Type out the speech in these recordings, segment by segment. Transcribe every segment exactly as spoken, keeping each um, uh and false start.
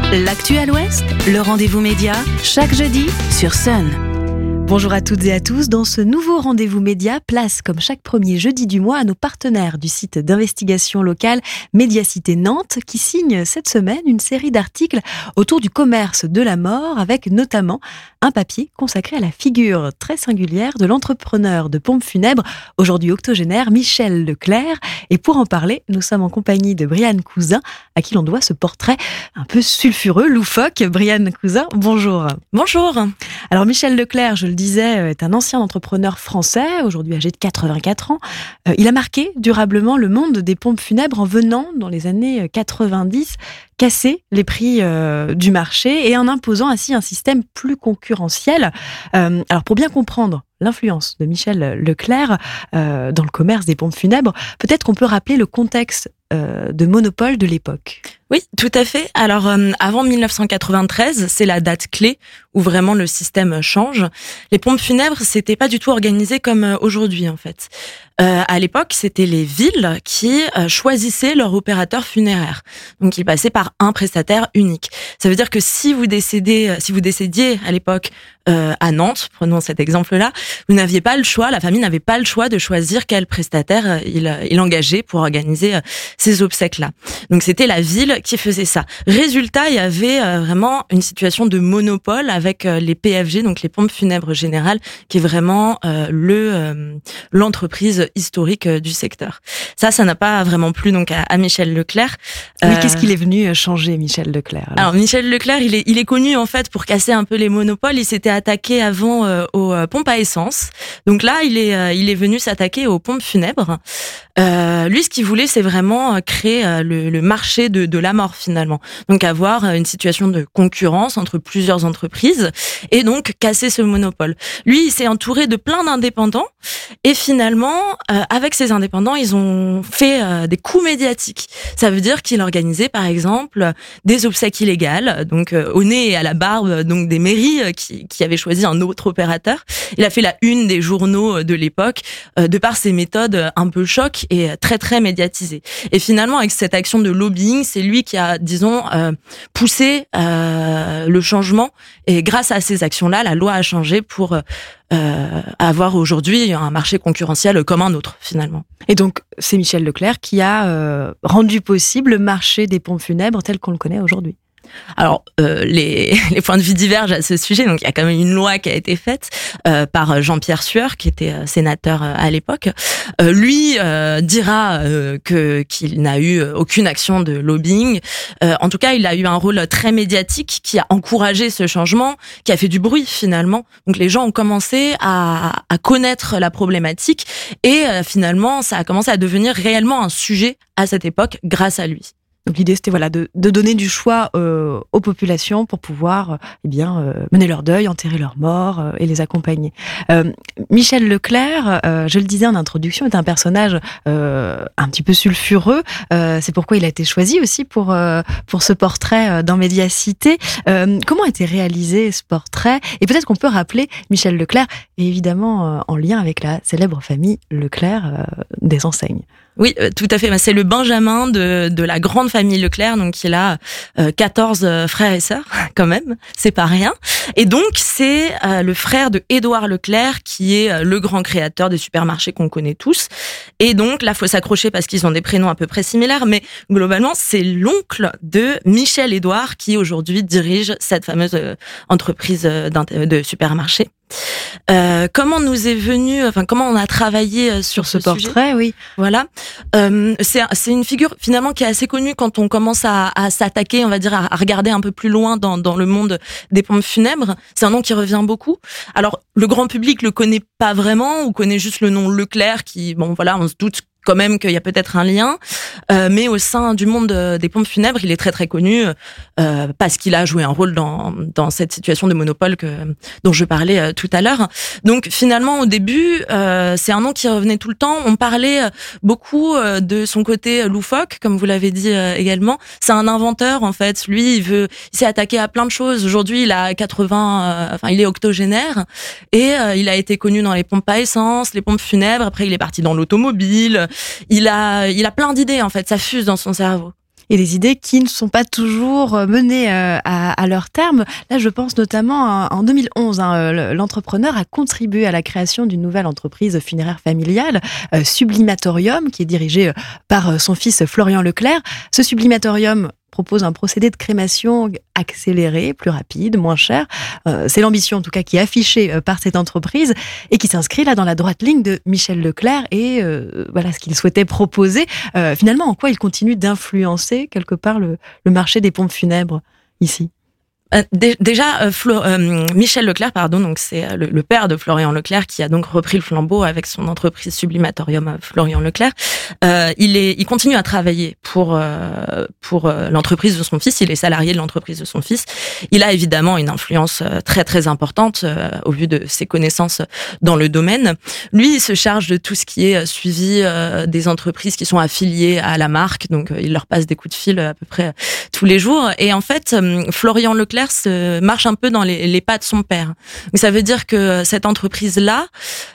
L'actu à l'Ouest, le rendez-vous média, chaque jeudi sur Sun. Bonjour à toutes et à tous. Dans ce nouveau rendez-vous média, place comme chaque premier jeudi du mois à nos partenaires du site d'investigation locale Médiacité Nantes qui signe cette semaine une série d'articles autour du commerce de la mort avec notamment un papier consacré à la figure très singulière de l'entrepreneur de pompes funèbres, aujourd'hui octogénaire, Michel Leclerc. Et pour en parler, nous sommes en compagnie de Brianne Cousin, à qui l'on doit ce portrait un peu sulfureux, loufoque. Brianne Cousin, bonjour. Bonjour. Alors Michel Leclerc, je le disais, est un ancien entrepreneur français, aujourd'hui âgé de quatre-vingt-quatre ans. Euh, il a marqué durablement le monde des pompes funèbres en venant, dans les années quatre-vingt-dix, casser les prix euh, du marché et en imposant ainsi un système plus concurrentiel. Euh, alors pour bien comprendre l'influence de Michel Leclerc euh, dans le commerce des pompes funèbres, peut-être qu'on peut rappeler le contexte euh, de monopole de l'époque. Oui, tout à fait. Alors, euh, avant dix-neuf cent quatre-vingt-treize, c'est la date clé où vraiment le système change. Les pompes funèbres, c'était pas du tout organisé comme euh, aujourd'hui, en fait. Euh, à l'époque, c'était les villes qui euh, choisissaient leur opérateur funéraire. Donc, ils passaient par un prestataire unique. Ça veut dire que si vous décédez, si vous décédiez à l'époque euh, à Nantes, prenons cet exemple-là, vous n'aviez pas le choix, la famille n'avait pas le choix de choisir quel prestataire euh, il, il engageait pour organiser euh, ces obsèques-là. Donc, c'était la ville qui faisait ça. Résultat, il y avait euh, vraiment une situation de monopole avec euh, les P F G, donc les pompes funèbres générales, qui est vraiment euh, le euh, l'entreprise historique euh, du secteur. Ça, ça n'a pas vraiment plu donc à, à Michel Leclerc. Oui, euh, qu'est-ce qu'il est venu changer, Michel Leclerc alors, alors Michel Leclerc, il est il est connu en fait pour casser un peu les monopoles. Il s'était attaqué avant euh, aux euh, pompes à essence. Donc là, il est euh, il est venu s'attaquer aux pompes funèbres. Euh, lui, ce qu'il voulait, c'est vraiment créer euh, le, le marché de, de la mort finalement. Donc avoir une situation de concurrence entre plusieurs entreprises et donc casser ce monopole. Lui, il s'est entouré de plein d'indépendants et finalement, euh, avec ces indépendants, ils ont fait euh, des coups médiatiques. Ça veut dire qu'il organisait par exemple des obsèques illégales, donc euh, au nez et à la barbe, donc des mairies euh, qui, qui avaient choisi un autre opérateur. Il a fait la une des journaux de l'époque euh, de par ses méthodes un peu choc et très très médiatisées. Et finalement, avec cette action de lobbying, c'est lui qui a, disons, euh, poussé euh, le changement. Et grâce à ces actions-là, la loi a changé pour euh, avoir aujourd'hui un marché concurrentiel comme un autre, finalement. Et donc, c'est Michel Leclerc qui a euh, rendu possible le marché des pompes funèbres tel qu'on le connaît aujourd'hui. Alors, euh, les, les points de vue divergent à ce sujet. Donc, il y a quand même une loi qui a été faite euh, par Jean-Pierre Sueur, qui était euh, sénateur euh, à l'époque. Euh, lui euh, dira euh, que qu'il n'a eu aucune action de lobbying. Euh, en tout cas, il a eu un rôle très médiatique qui a encouragé ce changement, qui a fait du bruit finalement. Donc, les gens ont commencé à, à connaître la problématique et euh, finalement, ça a commencé à devenir réellement un sujet à cette époque grâce à lui. Donc l'idée c'était voilà de, de donner du choix euh, aux populations pour pouvoir euh, eh bien euh, mener leur deuil, enterrer leurs morts euh, et les accompagner. Euh, Michel Leclerc, euh, je le disais en introduction, est un personnage euh, un petit peu sulfureux. Euh, c'est pourquoi il a été choisi aussi pour euh, pour ce portrait euh, dans Médiacité. Euh, comment a été réalisé ce portrait? Et peut-être qu'on peut rappeler Michel Leclerc, et évidemment euh, en lien avec la célèbre famille Leclerc euh, des enseignes. Oui, tout à fait. C'est le Benjamin de, de la grande famille Leclerc, donc il a euh, quatorze frères et sœurs, quand même, c'est pas rien. Et donc c'est euh, le frère de Édouard Leclerc qui est euh, le grand créateur des supermarchés qu'on connaît tous. Et donc là, faut s'accrocher parce qu'ils ont des prénoms à peu près similaires, mais globalement c'est l'oncle de Michel Édouard qui aujourd'hui dirige cette fameuse euh, entreprise euh, de supermarchés. Euh, comment nous est venu, enfin comment on a travaillé sur, sur ce, ce portrait, sujet. Oui. Voilà, euh, c'est c'est une figure finalement qui est assez connue quand on commence à, à s'attaquer, on va dire, à, à regarder un peu plus loin dans dans le monde des pompes funèbres. C'est un nom qui revient beaucoup. Alors le grand public le connaît pas vraiment ou connaît juste le nom Leclerc, qui bon voilà, on se doute quand même qu'il y a peut-être un lien, euh, mais au sein du monde des pompes funèbres, il est très très connu euh, parce qu'il a joué un rôle dans dans cette situation de monopole que dont je parlais euh, tout à l'heure. Donc finalement, au début, euh, c'est un nom qui revenait tout le temps. On parlait beaucoup euh, de son côté loufoque, comme vous l'avez dit euh, également. C'est un inventeur en fait. Lui, il veut, il s'est attaqué à plein de choses. Aujourd'hui, il a quatre-vingts, euh, enfin, il est octogénaire et euh, il a été connu dans les pompes à essence, les pompes funèbres. Après, il est parti dans l'automobile. Il a, il a plein d'idées en fait, ça fuse dans son cerveau. Et des idées qui ne sont pas toujours menées à, à leur terme. Là, je pense notamment en deux mille onze, hein, l'entrepreneur a contribué à la création d'une nouvelle entreprise funéraire familiale, euh, Sublimatorium, qui est dirigée par son fils Florian Leclerc. Ce Sublimatorium propose un procédé de crémation accéléré, plus rapide, moins cher. Euh, c'est l'ambition, en tout cas, qui est affichée euh, par cette entreprise et qui s'inscrit là dans la droite ligne de Michel Leclerc et euh, voilà ce qu'il souhaitait proposer. Euh, finalement, en quoi il continue d'influencer quelque part le, le marché des pompes funèbres ici? Euh, déjà, euh, Flo, euh, Michel Leclerc, pardon, donc c'est le, le père de Florian Leclerc qui a donc repris le flambeau avec son entreprise Sublimatorium, euh, Florian Leclerc. Euh, il est, il continue à travailler pour euh, pour euh, l'entreprise de son fils. Il est salarié de l'entreprise de son fils. Il a évidemment une influence euh, très très importante euh, au vu de ses connaissances dans le domaine. Lui, il se charge de tout ce qui est suivi euh, des entreprises qui sont affiliées à la marque. Donc, euh, il leur passe des coups de fil à peu près tous les jours. Et en fait, euh, Florian Leclerc se marche un peu dans les, les pas de son père. Donc ça veut dire que cette entreprise-là,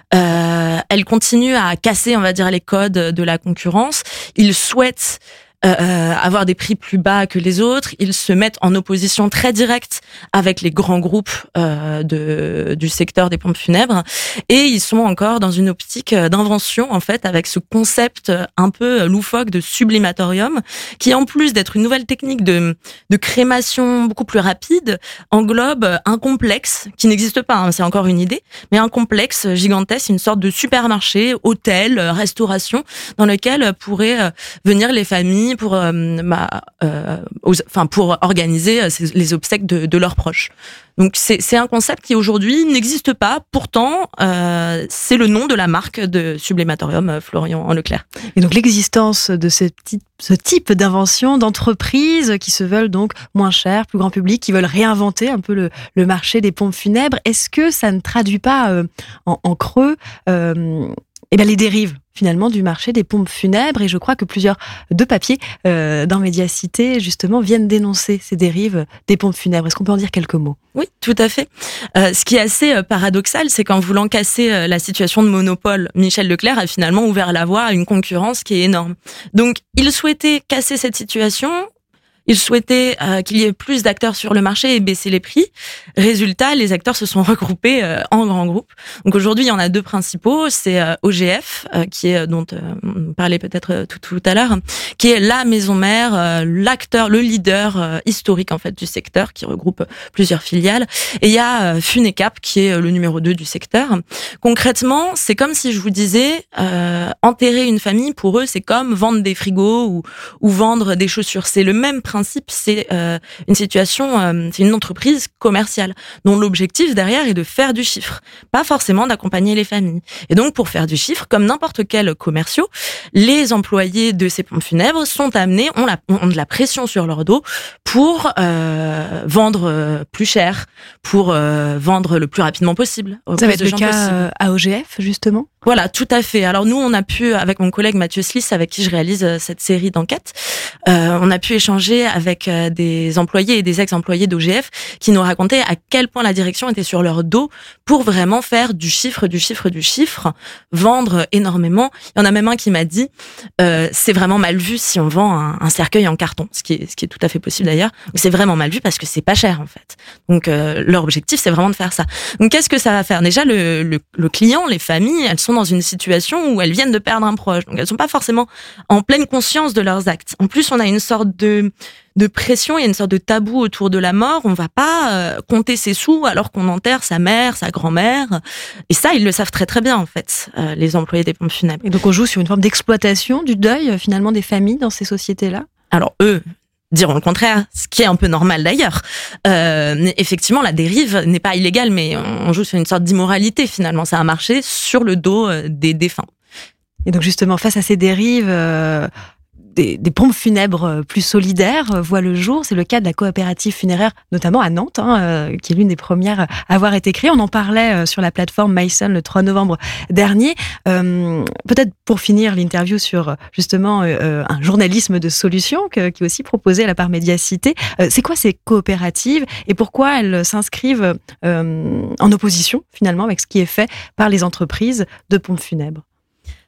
euh, elle continue à casser, on va dire, les codes de la concurrence. Il souhaite Euh, avoir des prix plus bas que les autres. Ils se mettent en opposition très directe avec les grands groupes euh, de, du secteur des pompes funèbres et ils sont encore dans une optique d'invention en fait avec ce concept un peu loufoque de sublimatorium qui en plus d'être une nouvelle technique de, de crémation beaucoup plus rapide englobe un complexe qui n'existe pas, hein, c'est encore une idée, mais un complexe gigantesque, une sorte de supermarché, hôtel, restauration dans lequel pourraient venir les familles pour euh, ma, euh, aux, enfin pour organiser les obsèques de, de leurs proches. Donc c'est c'est un concept qui aujourd'hui n'existe pas. Pourtant, euh, c'est le nom de la marque de Sublimatorium, Florian Leclerc. Et donc l'existence de ce petit ce type d'invention, d'entreprises qui se veulent donc moins chères, plus grand public, qui veulent réinventer un peu le, le marché des pompes funèbres. Est-ce que ça ne traduit pas euh, en, en creux euh, eh bien les dérives finalement du marché des pompes funèbres? Et je crois que plusieurs deux papiers euh, dans Médiacité justement viennent dénoncer ces dérives des pompes funèbres. Est-ce qu'on peut en dire quelques mots? Oui, tout à fait. Euh, ce qui est assez euh, paradoxal, c'est qu'en voulant casser euh, la situation de monopole, Michel Leclerc a finalement ouvert la voie à une concurrence qui est énorme. Donc, il souhaitait casser cette situation. Il souhaitait euh, qu'il y ait plus d'acteurs sur le marché et baisser les prix. Résultat, les acteurs se sont regroupés euh, en grands groupes. Donc aujourd'hui, il y en a deux principaux. C'est euh, O G F, euh, qui est dont euh, on parlait peut-être tout, tout à l'heure, qui est la maison mère, euh, l'acteur, le leader euh, historique en fait du secteur, qui regroupe plusieurs filiales. Et il y a euh, Funecap, qui est le numéro deux du secteur. Concrètement, c'est comme si je vous disais, euh, enterrer une famille pour eux, c'est comme vendre des frigos ou, ou vendre des chaussures. C'est le même principe. principe, c'est euh, une situation, euh, c'est une entreprise commerciale dont l'objectif derrière est de faire du chiffre, pas forcément d'accompagner les familles. Et donc, pour faire du chiffre, comme n'importe quel commerciaux, les employés de ces pompes funèbres sont amenés, ont, la, ont de la pression sur leur dos pour euh, vendre plus cher, pour euh, vendre le plus rapidement possible. Ça va être le cas possible. À O G F, justement? Voilà, tout à fait. Alors nous, on a pu, avec mon collègue Mathieu Sliss, avec qui je réalise cette série d'enquêtes, euh, on a pu échanger avec des employés et des ex-employés d'O G F qui nous racontaient à quel point la direction était sur leur dos pour vraiment faire du chiffre, du chiffre, du chiffre, vendre énormément. Il y en a même un qui m'a dit, euh, c'est vraiment mal vu si on vend un, un cercueil en carton, ce qui est, ce qui est tout à fait possible d'ailleurs. C'est vraiment mal vu parce que c'est pas cher en fait. Donc euh, leur objectif, c'est vraiment de faire ça. Donc qu'est-ce que ça va faire? Déjà, le, le, le client, les familles, elles sont dans une situation où elles viennent de perdre un proche. Donc elles sont pas forcément en pleine conscience de leurs actes. En plus, on a une sorte de de pression, il y a une sorte de tabou autour de la mort. On va pas euh, compter ses sous alors qu'on enterre sa mère, sa grand-mère. Et ça, ils le savent très très bien en fait, euh, les employés des pompes funèbres. Et donc on joue sur une forme d'exploitation du deuil finalement des familles dans ces sociétés-là. Alors eux diront le contraire, ce qui est un peu normal d'ailleurs. Euh, effectivement, la dérive n'est pas illégale, mais on joue sur une sorte d'immoralité finalement. C'est un marché sur le dos des défunts. Et donc justement, face à ces dérives, euh, des, des pompes funèbres plus solidaires voient le jour. C'est le cas de la coopérative funéraire, notamment à Nantes, hein, euh, qui est l'une des premières à avoir été créée. On en parlait euh, sur la plateforme Myson le trois novembre dernier. Euh, peut-être pour finir l'interview sur justement euh, un journalisme de solution que, qui est aussi proposé à la part Médiacité. Euh, c'est quoi ces coopératives et pourquoi elles s'inscrivent euh, en opposition finalement avec ce qui est fait par les entreprises de pompes funèbres?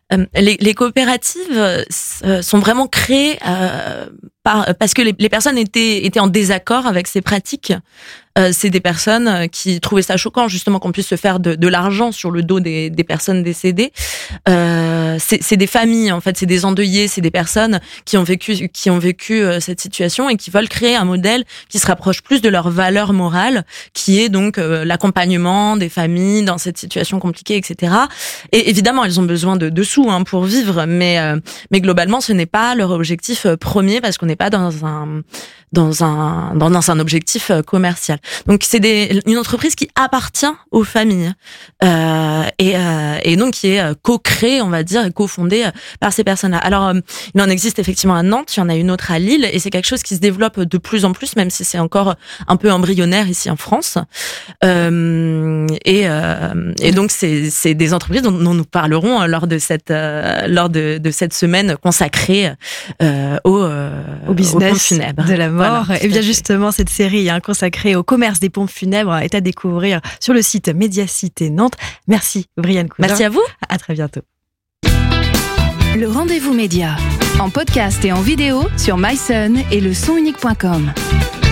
Euh, les, les coopératives euh, sont vraiment créées euh, par, parce que les, les personnes étaient, étaient en désaccord avec ces pratiques. Euh, c'est des personnes qui trouvaient ça choquant, justement, qu'on puisse se faire de, de l'argent sur le dos des, des personnes décédées. Euh, c'est, c'est des familles, en fait, c'est des endeuillés, c'est des personnes qui ont vécu, qui ont vécu euh, cette situation et qui veulent créer un modèle qui se rapproche plus de leur valeur morale, qui est donc euh, l'accompagnement des familles dans cette situation compliquée, et cetera. Et évidemment, elles ont besoin de, de sous hein, pour vivre, mais euh, mais globalement, ce n'est pas leur objectif premier parce qu'on n'est pas dans un dans un dans un objectif commercial. Donc c'est des, une entreprise qui appartient aux familles euh, et, euh, et donc qui est co-créée, on va dire, et co-fondée par ces personnes-là. Alors euh, il en existe effectivement à Nantes, il y en a une autre à Lille, et c'est quelque chose qui se développe de plus en plus, même si c'est encore un peu embryonnaire ici en France. Euh, et, euh, et donc c'est, c'est des entreprises dont, dont nous parlerons lors de cette euh, lors de, de cette semaine consacrée euh, au, euh, au business au funèbre de la mort. Voilà, et bien justement, cette série hein, consacrée au commerce des pompes funèbres est à découvrir sur le site Médiacité Nantes. Merci Brianne Cousin. Merci à vous. À très bientôt. Le rendez-vous média en podcast et en vidéo sur myson et le son unique point com.